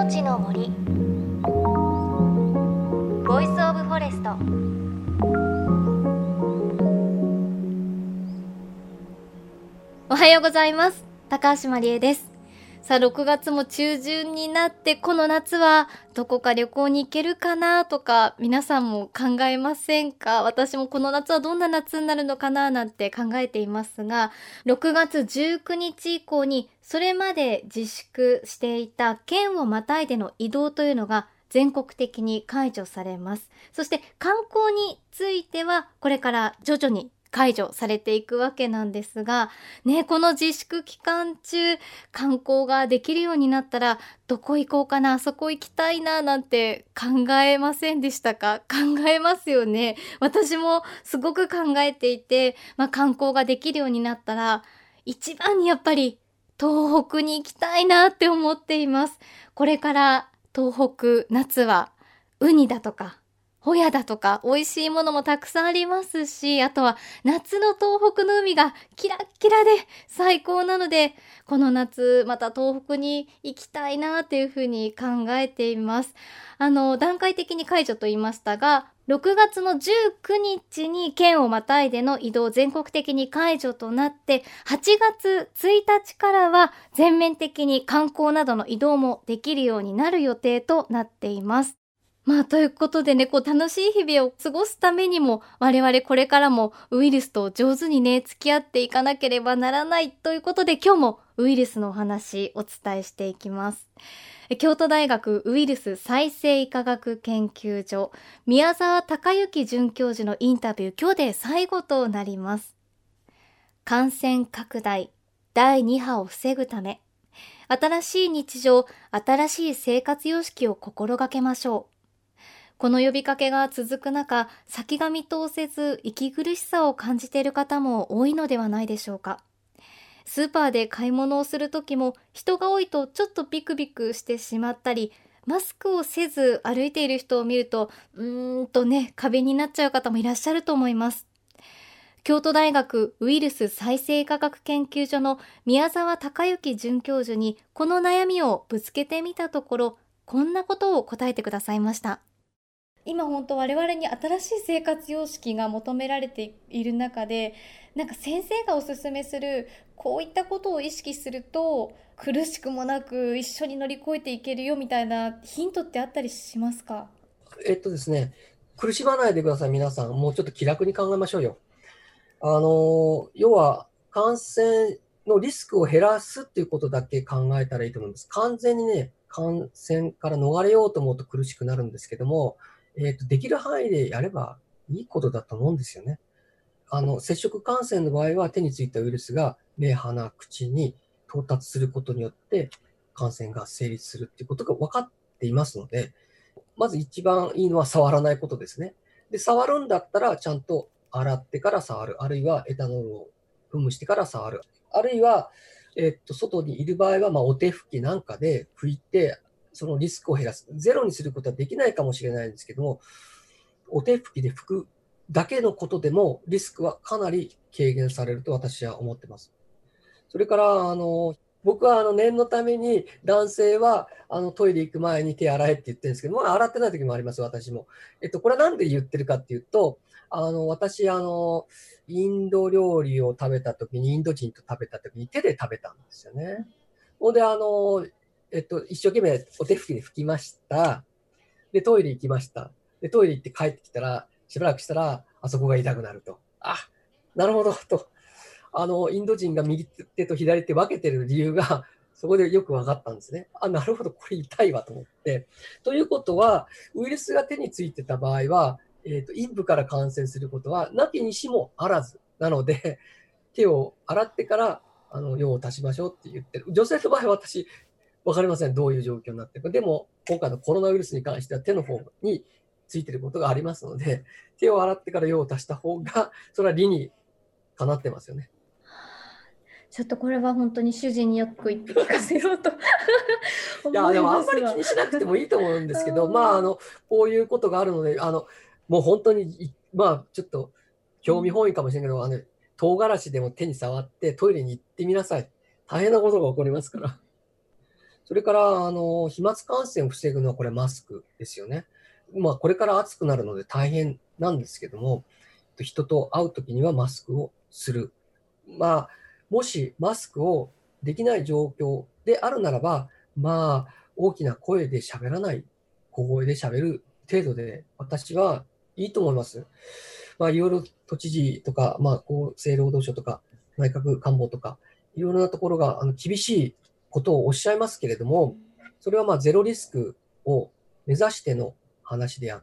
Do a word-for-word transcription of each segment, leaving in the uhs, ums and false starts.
ちの森ボイスオブフォレスト。おはようございます。高橋まりえです。さあろくがつも中旬になって、この夏はどこか旅行に行けるかなとか皆さんも考えませんか？私もこの夏はどんな夏になるのかななんて考えていますが、ろくがつじゅうくにち以降にそれまで自粛していた県をまたいでの移動というのが全国的に解除されます。そして観光についてはこれから徐々に解除されていくわけなんですが、ね、この自粛期間中観光ができるようになったらどこ行こうかな、あそこ行きたいななんて考えませんでしたか？考えますよね。私もすごく考えていて、まあ、観光ができるようになったら一番にやっぱり東北に行きたいなって思っています。これから東北夏はウニだとかホヤだとか美味しいものもたくさんありますし、あとは夏の東北の海がキラッキラで最高なので、この夏また東北に行きたいなというふうに考えています。あの段階的に解除と言いましたが、ろくがつのじゅうくにちに県をまたいでの移動全国的に解除となって、はちがつついたちからは全面的に観光などの移動もできるようになる予定となっています。まあということでね、こう楽しい日々を過ごすためにも我々これからもウイルスと上手にね付き合っていかなければならないということで、今日もウイルスのお話お伝えしていきます。京都大学ウイルス再生医科学研究所宮沢隆之准教授のインタビュー、今日で最後となります。感染拡大だいに波を防ぐため、新しい日常、新しい生活様式を心がけましょう。この呼びかけが続く中、先が見通せず息苦しさを感じている方も多いのではないでしょうか。スーパーで買い物をするときも人が多いとちょっとビクビクしてしまったり、マスクをせず歩いている人を見るとうーんとね、過敏になっちゃう方もいらっしゃると思います。京都大学ウイルス再生科学研究所の宮沢隆之准教授にこの悩みをぶつけてみたところ、こんなことを答えてくださいました。今本当我々に新しい生活様式が求められている中で、なんか先生がおすすめするこういったことを意識すると苦しくもなく一緒に乗り越えていけるよみたいなヒントってあったりしますか？ えっとですね、苦しまないでください。皆さんもうちょっと気楽に考えましょうよ。あの要は感染のリスクを減らすっていうことだけ考えたらいいと思うんです。完全にね、感染から逃れようと思うと苦しくなるんですけども、えっと、できる範囲でやればいいことだと思うんですよね。あの、接触感染の場合は手についたウイルスが目、鼻、口に到達することによって感染が成立するっていうことが分かっていますので、まず一番いいのは触らないことですね。で、触るんだったらちゃんと洗ってから触る。あるいはエタノールを噴霧してから触る。あるいは、えっと、外にいる場合は、まあ、お手拭きなんかで拭いて、そのリスクを減らす。ゼロにすることはできないかもしれないんですけども、お手拭きで拭くだけのことでもリスクはかなり軽減されると私は思ってます。それから、あの、僕はあの念のために男性はあのトイレ行く前に手洗えって言ってるんですけども、洗ってない時もあります、私も。えっと、これはなんで言ってるかっていうと、あの、私、あの、インド料理を食べた時に、インド人と食べた時に手で食べたんですよね。ほんで、あの、えっと、一生懸命お手拭きで拭きました。で、トイレ行きました。で、トイレ行って帰ってきたら、しばらくしたら、あそこが痛くなると。あ、なるほど、と。あの、インド人が右手と左手分けてる理由が、そこでよく分かったんですね。あ、なるほど、これ痛いわと思って。ということは、ウイルスが手についてた場合は、えっと、陰部から感染することは、なきにしもあらず。なので、手を洗ってから、あの、用を足しましょうって言ってる。女性の場合は私、分かりません。どういう状況になってるか。でも、今回のコロナウイルスに関しては手の方についてることがありますので、手を洗ってから用を足した方が、それは理にかなってますよね。 ちょっとこれは本当に主人によく言って聞かせようといや、 思いでもあますわ。 んまり気にしなくてもいいと思うんですけど、まあ、あの、こういうことがあるので、あの、もう本当に、まあ、ちょっと興味本位かもしれないけど、あの、唐辛子でも手に触ってトイレに行ってみなさい。大変なことが起こりますから。 それから、あの、飛沫感染を防ぐのはこれマスクですよね。まあ、これから暑くなるので大変なんですけども、人と会うときにはマスクをする。まあ、もしマスクをできない状況であるならば、まあ、大きな声で喋らない、小声で喋る程度で、私はいいと思います。まあ、いろいろ都知事とか、まあ、厚生労働省とか、内閣官房とか、いろいろなところがあの厳しいことをおっしゃいますけれども、それはまあゼロリスクを目指しての話であって、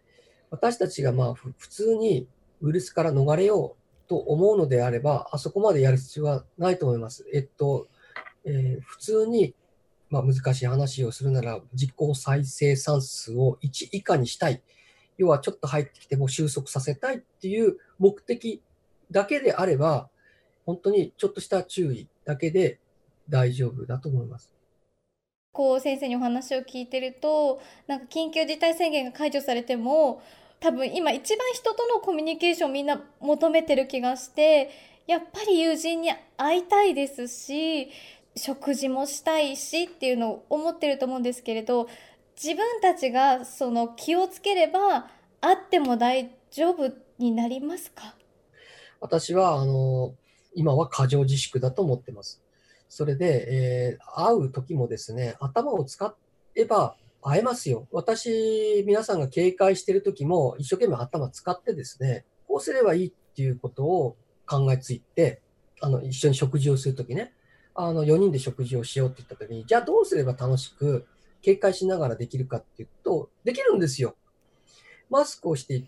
私たちがまあふ普通にウイルスから逃れようと思うのであれば、あそこまでやる必要はないと思います。えっと、えー普通に、まあ、難しい話をするなら、実効再生産数をいち以下にしたい。要はちょっと入ってきても収束させたいっていう目的だけであれば、本当にちょっとした注意だけで大丈夫だと思います。 こう先生にお話を聞いてると、なんか緊急事態宣言が解除されても、多分今一番人とのコミュニケーションみんな求めてる気がして、やっぱり友人に会いたいですし、食事もしたいしっていうのを思ってると思うんですけれど、自分たちがその気をつければ会っても大丈夫になりますか？ 私は、あの、今は過剰自粛だと思ってます。それで、えー会う時もですね、頭を使えば会えますよ。私、皆さんが警戒している時も一生懸命頭使ってですね、こうすればいいっていうことを考えついて、あの、一緒に食事をするときね、あの、よにんで食事をしようって言ったときに、じゃあどうすれば楽しく警戒しながらできるかっていうと、できるんですよ。マスクをしていって、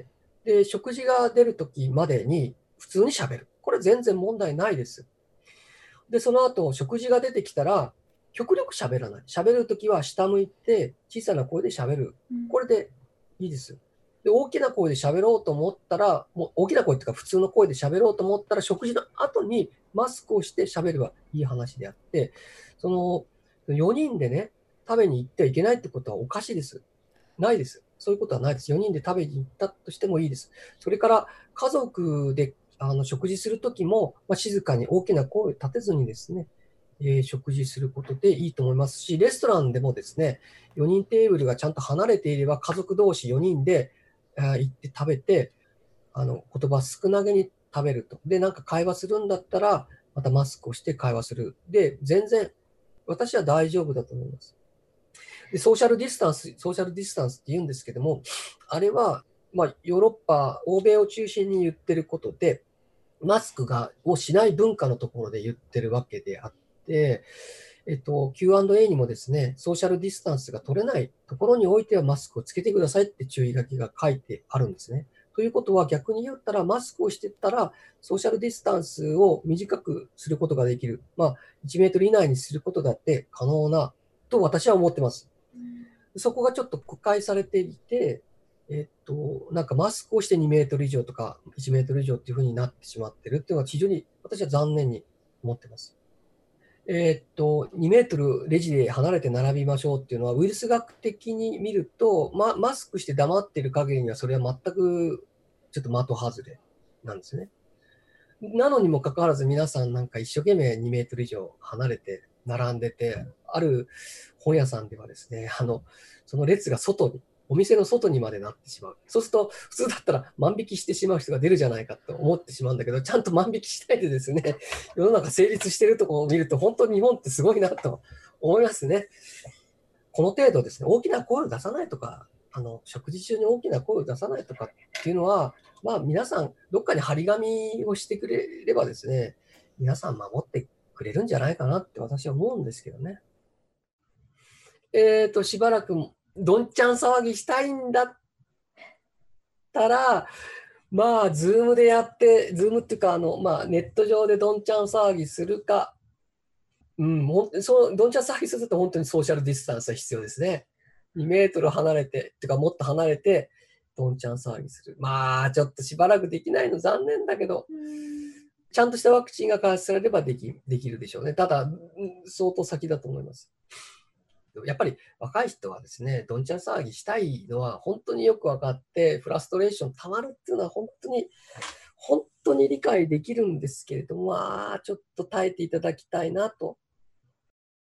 で、食事が出るときまでに普通に喋る。これ全然問題ないです。で、その後、食事が出てきたら、極力喋らない。喋るときは下向いて、小さな声で喋る。これでいいです。で、大きな声で喋ろうと思ったら、もう大きな声っていうか普通の声で喋ろうと思ったら、食事の後にマスクをして喋ればいい話であって、そのよにんでね、食べに行ってはいけないってことはおかしいです。ないです。そういうことはないです。よにんで食べに行ったとしてもいいです。それから家族であの食事するときも、まあ、静かに大きな声を立てずにですね、えー食事することでいいと思いますし、レストランでもですね、よにんテーブルがちゃんと離れていれば、家族同士よにんであー行って食べて、あの言葉少なげに食べると。で、なんか会話するんだったら、またマスクをして会話する。で、全然私は大丈夫だと思います。で、ソーシャルディスタンス、ソーシャルディスタンスって言うんですけども、あれは、まあ、ヨーロッパ、欧米を中心に言ってることで、マスクがをしない文化のところで言ってるわけであって、えっと、キューアンドエー にもですね、ソーシャルディスタンスが取れないところにおいてはマスクをつけてくださいって注意書きが書いてあるんですね。ということは逆に言ったら、マスクをしてたら、ソーシャルディスタンスを短くすることができる。まあ、いちメートル以内にすることだって可能なと私は思ってます。そこがちょっと誤解されていて、えっと、なんかマスクをしてにメートル以上とかいちメートル以上っていうふうになってしまってるっていうのは非常に私は残念に思ってます。えっと、にメートルレジで離れて並びましょうっていうのは、ウイルス学的に見ると、ま、マスクして黙ってる限りにはそれは全くちょっと的外れなんですね。なのにもかかわらず皆さんなんか一生懸命にメートル以上離れて並んでて、ある本屋さんではですね、あの、その列が外に、お店の外にまでなってしまう。そうすると、普通だったら万引きしてしまう人が出るじゃないかと思ってしまうんだけど、ちゃんと万引きしないでですね、世の中成立しているところを見ると、本当に日本ってすごいなと思いますね。この程度ですね、大きな声を出さないとか、あの、食事中に大きな声を出さないとかっていうのは、まあ皆さん、どっかに張り紙をしてくれればですね、皆さん守ってくれるんじゃないかなって私は思うんですけどね。えっと、しばらくどんちゃん騒ぎしたいんだったら、まあ、ズームでやって、ズームっていうか、あの、まあ、ネット上でどんちゃん騒ぎするか、うん、ほんそう、どんちゃん騒ぎすると本当にソーシャルディスタンスは必要ですね。にメートル離れて、っていうかもっと離れて、どんちゃん騒ぎする。まあ、ちょっとしばらくできないの残念だけど、ちゃんとしたワクチンが開発されればできできるでしょうね。ただ、うん相当先だと思います。やっぱり若い人はですね、どんちゃん騒ぎしたいのは本当によく分かって、フラストレーションたまるっていうのは本当に、本当に理解できるんですけれども、まあ、ちょっと耐えていただきたいなと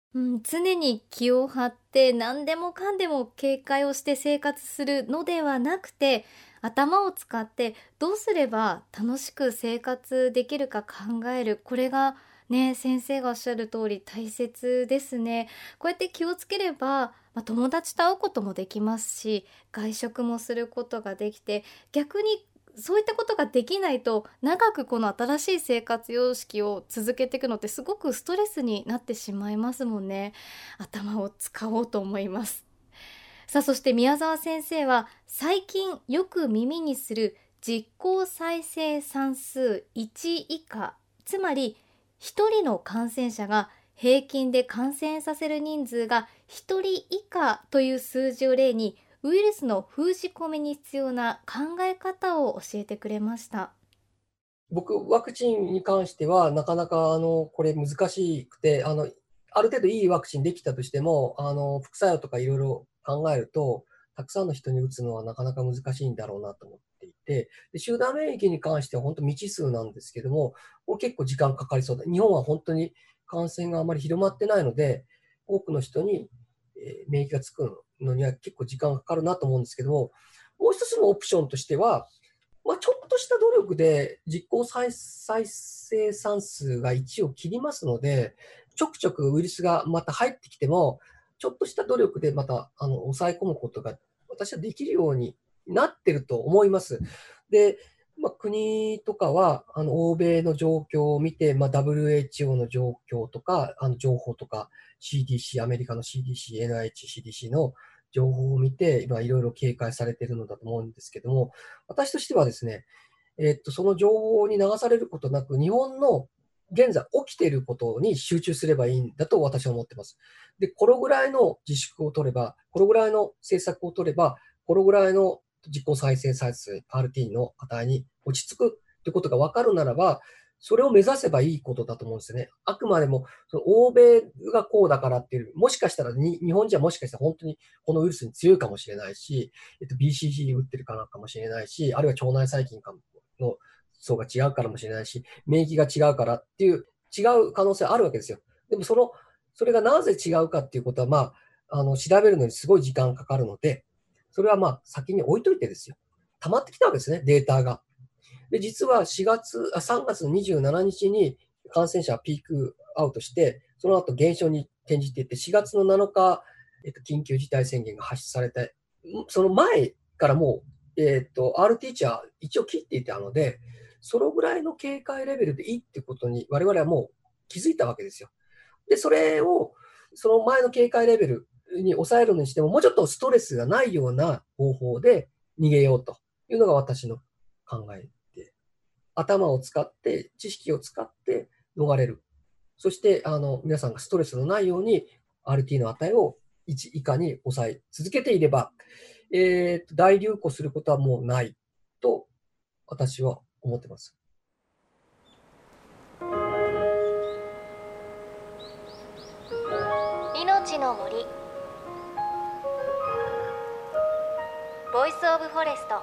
うん、常に気を張って何でもかんでも警戒をして生活するのではなくて、頭を使ってどうすれば楽しく生活できるか考える、これがね、先生がおっしゃる通り大切ですね。こうやって気をつければ、まあ、友達と会うこともできますし、外食もすることができて、逆にそういったことができないと長くこの新しい生活様式を続けていくのってすごくストレスになってしまいますもんね。頭を使おうと思います。さあ、そして宮沢先生は最近よく耳にする実効再生産数いち以下、つまりひとりの感染者が平均で感染させる人数がひとり以下という数字を例に、ウイルスの封じ込めに必要な考え方を教えてくれました。 僕、ワクチンに関しては、なかなかあのこれ難しくて、あのある程度いいワクチンできたとしても、あの副作用とかいろいろ考えると、たくさんの人に打つのはなかなか難しいんだろうなと思っていて、で集団免疫に関しては本当未知数なんですけども、もう結構時間かかりそうだ。日本は本当に感染があまり広まってないので、多くの人に、えー免疫がつくのには結構時間がかかるなと思うんですけども、もう一つのオプションとしては、まあ、ちょっとした努力で実効再再生産数がいちを切りますので、ちょくちょくウイルスがまた入ってきても、ちょっとした努力でまたあの抑え込むことが私はできるようになってると思います。で、まあ、国とかはあの欧米の状況を見て、まあ、ダブリューエイチオー の状況とか、あの情報とか、シーディーシー、アメリカの シーディーシー、エヌアイエイチ、シーディーシー の情報を見て、今いろいろ警戒されているのだと思うんですけども、私としてはですね、えっと、その情報に流されることなく、日本の現在起きていることに集中すればいいんだと私は思っています。で、このぐらいの自粛を取れば、このぐらいの政策を取れば、このぐらいの実効再生産数 アールティー の値に落ち着くということが分かるならば、それを目指せばいいことだと思うんですよね。あくまでも、その欧米がこうだからっていう、もしかしたらに日本人はもしかしたら本当にこのウイルスに強いかもしれないし、えっと、ビーシージー 打ってるからかもしれないし、あるいは腸内細菌かもの層が違うからもしれないし、免疫が違うからっていう違う可能性あるわけですよ。でもその、それがなぜ違うかっていうことは、まあ、あの調べるのにすごい時間かかるので、それはまあ先に置いといてですよ。溜まってきたわけですね、データが。で、実はしがつ、あさんがつのにじゅうしちにちに感染者はピークアウトして、その後減少に転じていって、しがつのなのか、えっと、緊急事態宣言が発出されて、その前からもう、えっと、アールティー 値は一応切っていたので、そのぐらいの警戒レベルでいいってことに我々はもう気づいたわけですよ。で、それを、その前の警戒レベルに抑えるにしても、もうちょっとストレスがないような方法で逃げようというのが私の考えで、頭を使って、知識を使って逃れる。そして、あの、皆さんがストレスのないように アールティー の値をいち以下に抑え続けていれば、えーと、大流行することはもうないと私は思ってます。 命の森、ボイスオブフォレスト。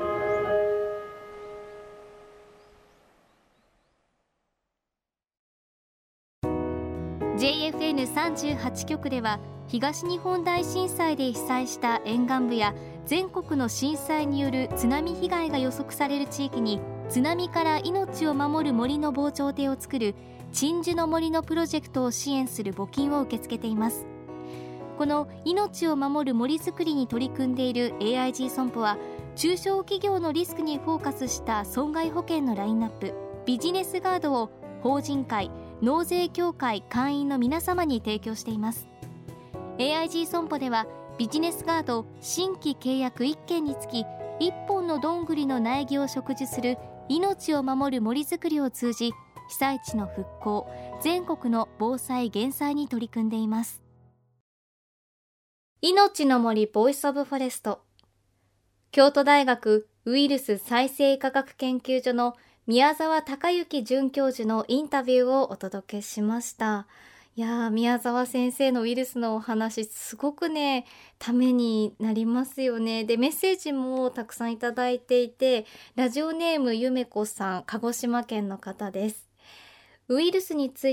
ジェイエフエヌさんじゅうはち 局では東日本大震災で被災した沿岸部や全国の震災による津波被害が予測される地域に津波から命を守る森の防潮堤を作る鎮守の森のプロジェクトを支援する募金を受け付けています。この命を守る森づくりに取り組んでいる エーアイジー 損保は中小企業のリスクにフォーカスした損害保険のラインナップビジネスガードを法人会納税協会会員の皆様に提供しています。 エーアイジー 損保ではビジネスガード新規契約いっけんにつきいっぽんのどんぐりの苗木を植樹する命を守る森づくりを通じ、被災地の復興、全国の防災減災に取り組んでいます。命の森ボイスオブフォレスト。京都大学ウイルス再生科学研究所の宮沢隆之准教授のインタビューをお届けしました。いやー、宮沢先生のウイルスのお話すごくねためになりますよね。でメッセージもたくさんいただいていて、ラジオネームゆめこさん、鹿児島県の方です。ウイルスについて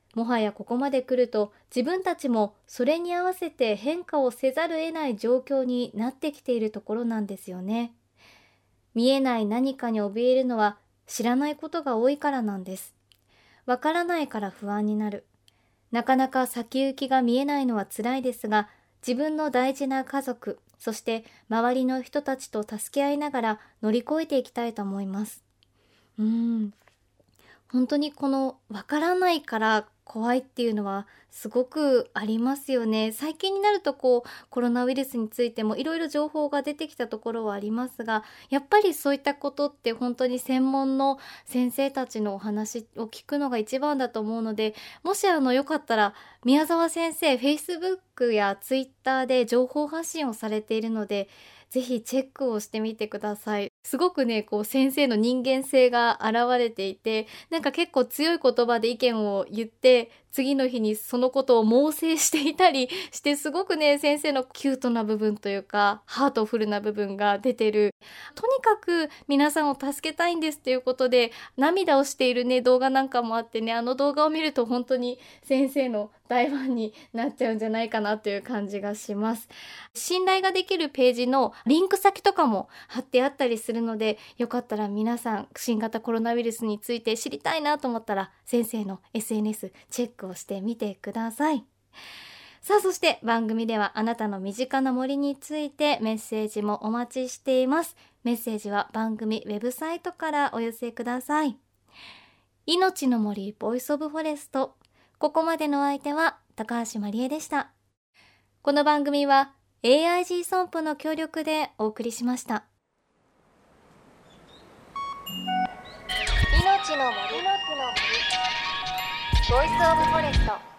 もはやここまで来ると自分たちもそれに合わせて変化をせざるを得ない状況になってきているところなんですよね。見えない何かに怯えるのは知らないことが多いからなんです。わからないから不安になる。なかなか先行きが見えないのは辛いですが、自分の大事な家族、そして周りの人たちと助け合いながら乗り越えていきたいと思います。うーん、本当にこのわからないから怖いっていうのはすごくありますよね。最近になるとこうコロナウイルスについてもいろいろ情報が出てきたところはありますが、やっぱりそういったことって本当に専門の先生たちのお話を聞くのが一番だと思うので、もしあのよかったら宮沢先生 Facebook や Twitter で情報発信をされているので、ぜひチェックをしてみてください。すごくね、こう先生の人間性が現れていて、なんか結構強い言葉で意見を言って、次の日にそのことを猛省していたりして、すごくね、先生のキュートな部分というか、ハートフルな部分が出てる。とにかく皆さんを助けたいんですということで、涙をしているね、動画なんかもあってね、あの動画を見ると本当に先生の大ファンになっちゃうんじゃないかなという感じがします。信頼ができるページのリンク先とかも貼ってあったりするので、よかったら皆さん新型コロナウイルスについて知りたいなと思ったら先生の エスエヌエス チェックをしてみてください。さあ、そして番組ではあなたの身近な森についてメッセージもお待ちしています。メッセージは番組ウェブサイトからお寄せください。命の森ボイスオブフォレスト、ここまでのお相手は高橋まりえでした。この番組は エーアイジー ソンプの協力でお送りしました。命の森ボイスオブフォレスト。